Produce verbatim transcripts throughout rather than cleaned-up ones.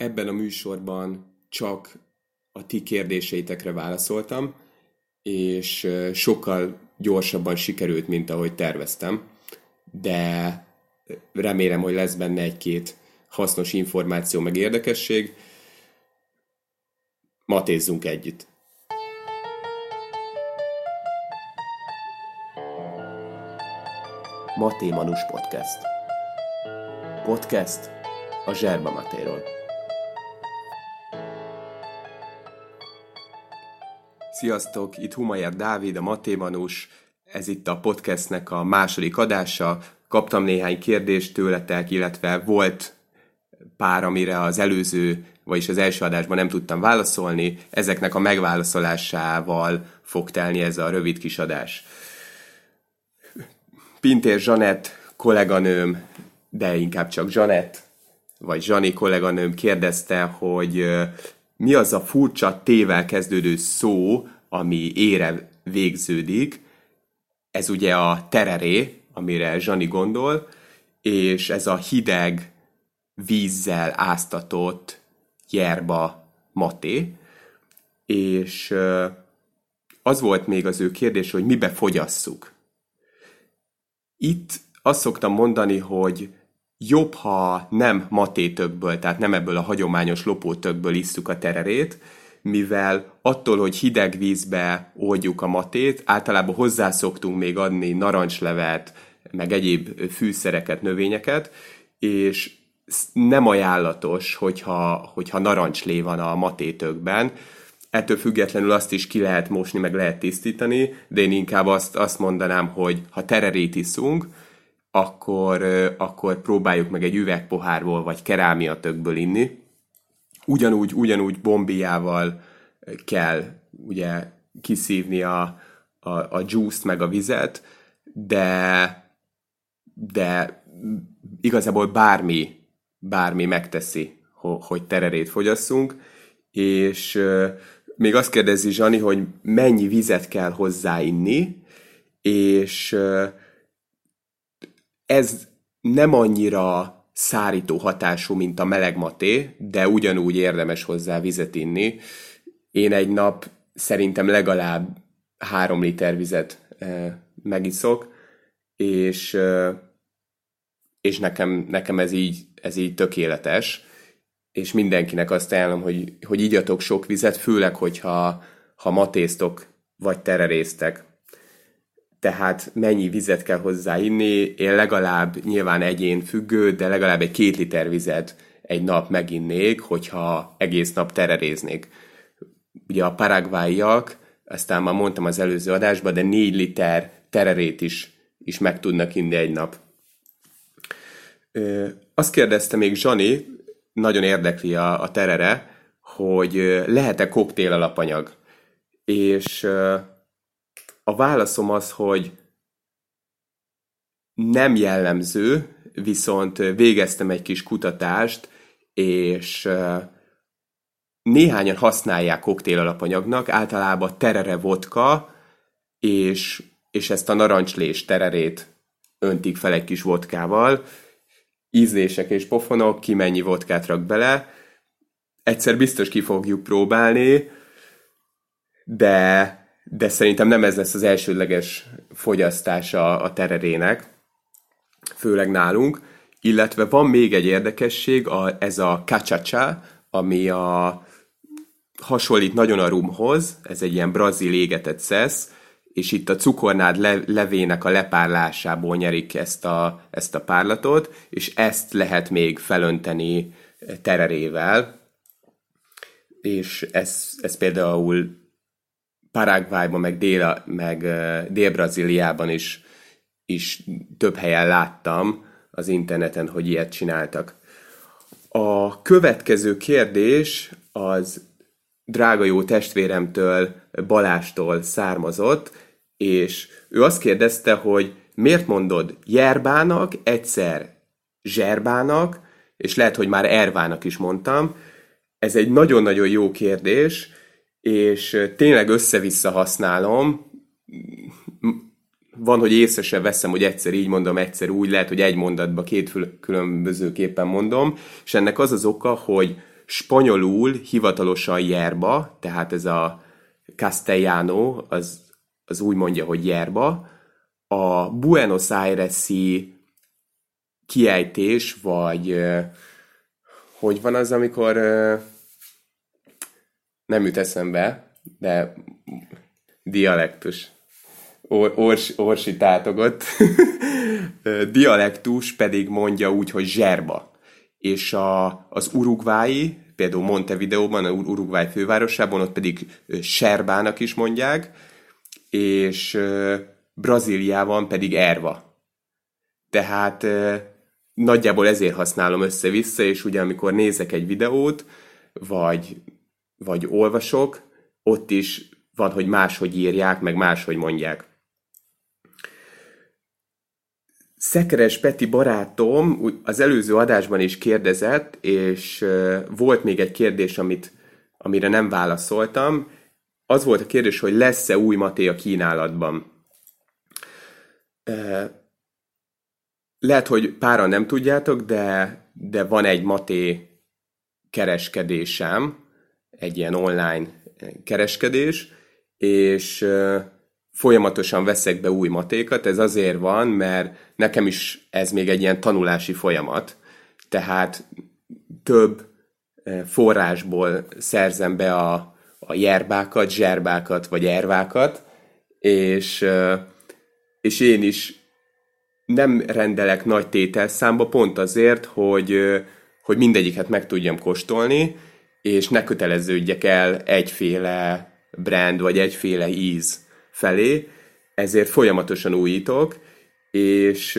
ebben a műsorban csak a ti kérdéseitekre válaszoltam, és sokkal gyorsabban sikerült, mint ahogy terveztem, de remélem, hogy lesz benne egy-két hasznos információ meg érdekesség. Matézzunk együtt! Maté Manus Podcast. Podcast a Zserba Matéról. Sziasztok, itt Humayer Dávid, a Maté Manus. Ez itt a podcastnek a második adása. Kaptam néhány kérdést tőletek, illetve volt pár, amire az előző, vagyis az első adásban nem tudtam válaszolni. Ezeknek a megválaszolásával fog telni ez a rövid kis adás. Pintér Zsanett kolléganőm, de inkább csak Zsanett, vagy Zsani kolléganőm kérdezte, hogy mi az a furcsa T-vel kezdődő szó, ami ére végződik. Ez ugye a tereré, amire Zsani gondol, és ez a hideg vízzel áztatott yerba maté. És az volt még az ő kérdés, hogy mibe fogyasszuk. Itt azt szoktam mondani, hogy jobb, ha nem matétökből, tehát nem ebből a hagyományos lopótökből isszuk a tererét, mivel attól, hogy hideg vízbe oldjuk a matét, általában hozzászoktunk még adni narancslevet, meg egyéb fűszereket, növényeket, és nem ajánlatos, hogyha, hogyha narancslé van a matétökben. Ettől függetlenül azt is ki lehet mosni, meg lehet tisztítani, de én inkább azt, azt mondanám, hogy ha tererét iszunk, akkor, akkor próbáljuk meg egy üvegpohárból, vagy kerámiatökből inni. Ugyanúgy, ugyanúgy bombijával kell ugye kiszívni a, a, a juice-t, meg a vizet, de, de igazából bármi, bármi megteszi, hogy tererét fogyasszunk, és még azt kérdezi Zsani, hogy mennyi vizet kell hozzáinni, és ez nem annyira szárító hatású, mint a meleg maté, de ugyanúgy érdemes hozzá vizet inni. Én egy nap szerintem legalább három liter vizet megiszok, és, és nekem, nekem ez, így, ez így tökéletes, és mindenkinek azt ajánlom, hogy, hogy igyatok sok vizet, főleg, hogyha ha matéztok, vagy tereréztek. Tehát mennyi vizet kell hozzá inni? Én legalább, nyilván egyén függő, de legalább egy két liter vizet egy nap meginnék, hogyha egész nap tereréznék. Ugye a paraguayiak, aztán már mondtam az előző adásban, de négy liter tererét is, is meg tudnak inni egy nap. Ö, azt kérdezte még Zsani, nagyon érdekli a, a terere, hogy lehet-e koktél alapanyag. És a válaszom az, hogy nem jellemző, viszont végeztem egy kis kutatást, és néhányan használják koktél alapanyagnak, általában terere vodka, és, és ezt a narancslés tererét öntik fel egy kis vodkával, ízlések és pofonok, ki mennyi vodkát rak bele. Egyszer biztos ki fogjuk próbálni, de, de szerintem nem ez lesz az elsődleges fogyasztása a tererének, főleg nálunk. Illetve van még egy érdekesség, a, ez a cachaça, ami a, hasonlít nagyon a rumhoz, ez egy ilyen brazil égetett szesz, és itt a cukornád le, levének a lepárlásából nyerik ezt a, ezt a párlatot, és ezt lehet még felönteni tererével, és ez, ez például Paraguayban, meg, Dél, meg Dél-Brazíliában is, is több helyen láttam az interneten, hogy ilyet csináltak. A következő kérdés az drága jó testvéremtől, Balástól származott, és ő azt kérdezte, hogy miért mondod yerbának, egyszer zserbának, és lehet, hogy már ervának is mondtam. Ez egy nagyon-nagyon jó kérdés, és tényleg össze-vissza használom. Van, hogy észre sem veszem, hogy egyszer így mondom, egyszer úgy, lehet, hogy egy mondatban két különbözőképpen mondom, és ennek az az oka, hogy spanyolul hivatalosan yerba, tehát ez a castellano, az, az úgy mondja, hogy yerba. A Buenos Aires-i kiejtés, vagy hogy van az, amikor nem jut eszembe, de dialektus. Or, ors, orsi tátogott. Dialektus pedig mondja úgy, hogy zserba. És a, az uruguayi, például Montevideóban, a Uruguay fővárosában, ott pedig serbának is mondják, és Brazíliában pedig erva. Tehát nagyjából ezért használom össze-vissza, és ugye amikor nézek egy videót, vagy, vagy olvasok, ott is van, hogy máshogy írják, meg máshogy mondják. Szekeres Peti barátom az előző adásban is kérdezett, és volt még egy kérdés, amit, amire nem válaszoltam. Az volt a kérdés, hogy lesz-e új maté a kínálatban. Lehet, hogy páran nem tudjátok, de, de van egy maté kereskedésem, egy ilyen online kereskedés, és folyamatosan veszek be új matékat. Ez azért van, mert nekem is ez még egy ilyen tanulási folyamat. Tehát több forrásból szerzem be a, a jerbákat, zserbákat vagy ervákat, és, és én is nem rendelek nagy tételszámba pont azért, hogy, hogy mindegyiket meg tudjam kóstolni, és ne köteleződjek el egyféle brand vagy egyféle íz felé, ezért folyamatosan újítok, és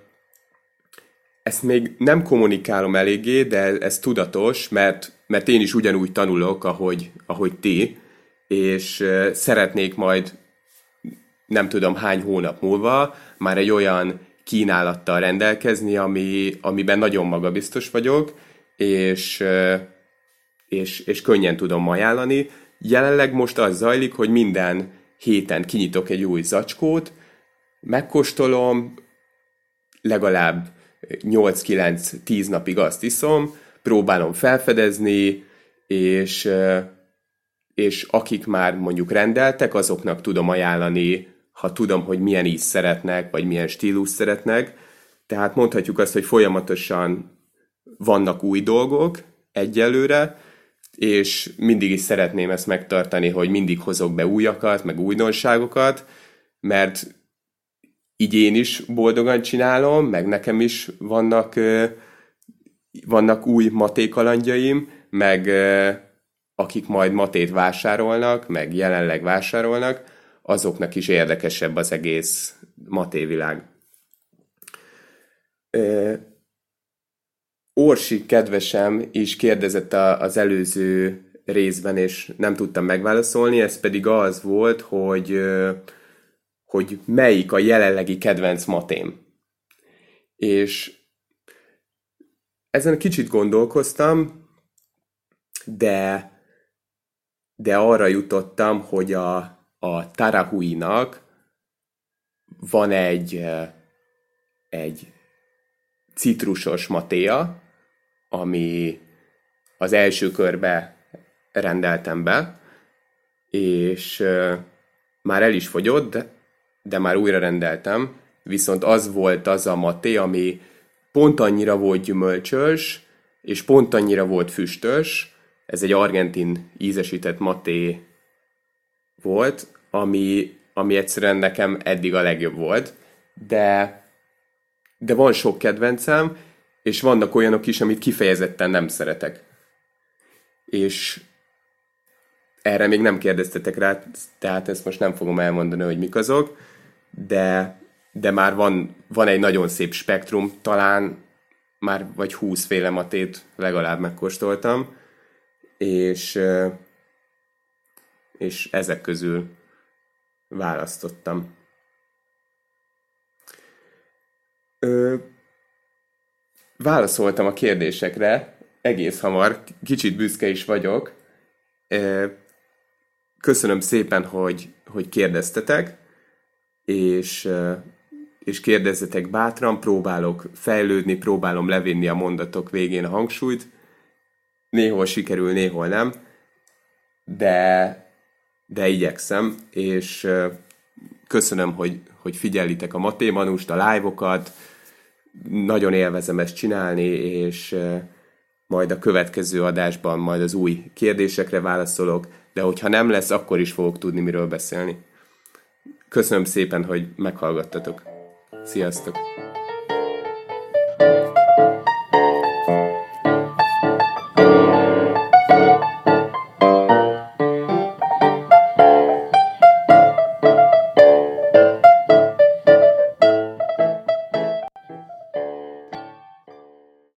ezt még nem kommunikálom eléggé, de ez tudatos, mert, mert én is ugyanúgy tanulok, ahogy, ahogy ti, és szeretnék majd nem tudom hány hónap múlva már egy olyan kínálattal rendelkezni, ami, amiben nagyon magabiztos vagyok, és, és, és könnyen tudom ajánlani. Jelenleg most az zajlik, hogy minden héten kinyitok egy új zacskót, megkóstolom, legalább nyolc-kilenc-tíz napig azt iszom, próbálom felfedezni, és, és akik már mondjuk rendeltek, azoknak tudom ajánlani, ha tudom, hogy milyen íz szeretnek, vagy milyen stílus szeretnek. Tehát mondhatjuk azt, hogy folyamatosan vannak új dolgok egyelőre, és mindig is szeretném ezt megtartani, hogy mindig hozok be újakat, meg újdonságokat, mert így én is boldogan csinálom, meg nekem is vannak, vannak új matékalandjaim, meg akik majd matét vásárolnak, meg jelenleg vásárolnak, azoknak is érdekesebb az egész matévilág. Orsi kedvesem is kérdezett az előző részben, és nem tudtam megválaszolni, ez pedig az volt, hogy, hogy melyik a jelenlegi kedvenc matém. És ezen kicsit gondolkoztam, de, de arra jutottam, hogy a, a Tarahui-nak van egy, egy citrusos matéja, ami az első körbe rendeltem be, és uh, már el is fogyott, de, de már újra rendeltem, viszont az volt az a maté, ami pont annyira volt gyümölcsös, és pont annyira volt füstös, ez egy argentin ízesített maté volt, ami, ami egyszerűen nekem eddig a legjobb volt, de, de van sok kedvencem, és vannak olyanok is, amit kifejezetten nem szeretek. És erre még nem kérdeztetek rá, tehát ezt most nem fogom elmondani, hogy mik azok, de, de már van, van egy nagyon szép spektrum, talán már vagy húszféle matét legalább megkóstoltam, és, és ezek közül választottam. Ö, válaszoltam a kérdésekre, egész hamar, kicsit büszke is vagyok. Ö, köszönöm szépen, hogy, hogy kérdeztetek, és, és kérdezzetek bátran, próbálok fejlődni, próbálom levinni a mondatok végén a hangsúlyt. néhol sikerül, néhol nem, de, de igyekszem, és köszönöm, hogy, hogy figyelitek a Maté Manust, a live-okat, nagyon élvezem ezt csinálni, és majd a következő adásban majd az új kérdésekre válaszolok, de hogyha nem lesz, akkor is fogok tudni, miről beszélni. Köszönöm szépen, hogy meghallgattatok. Sziasztok!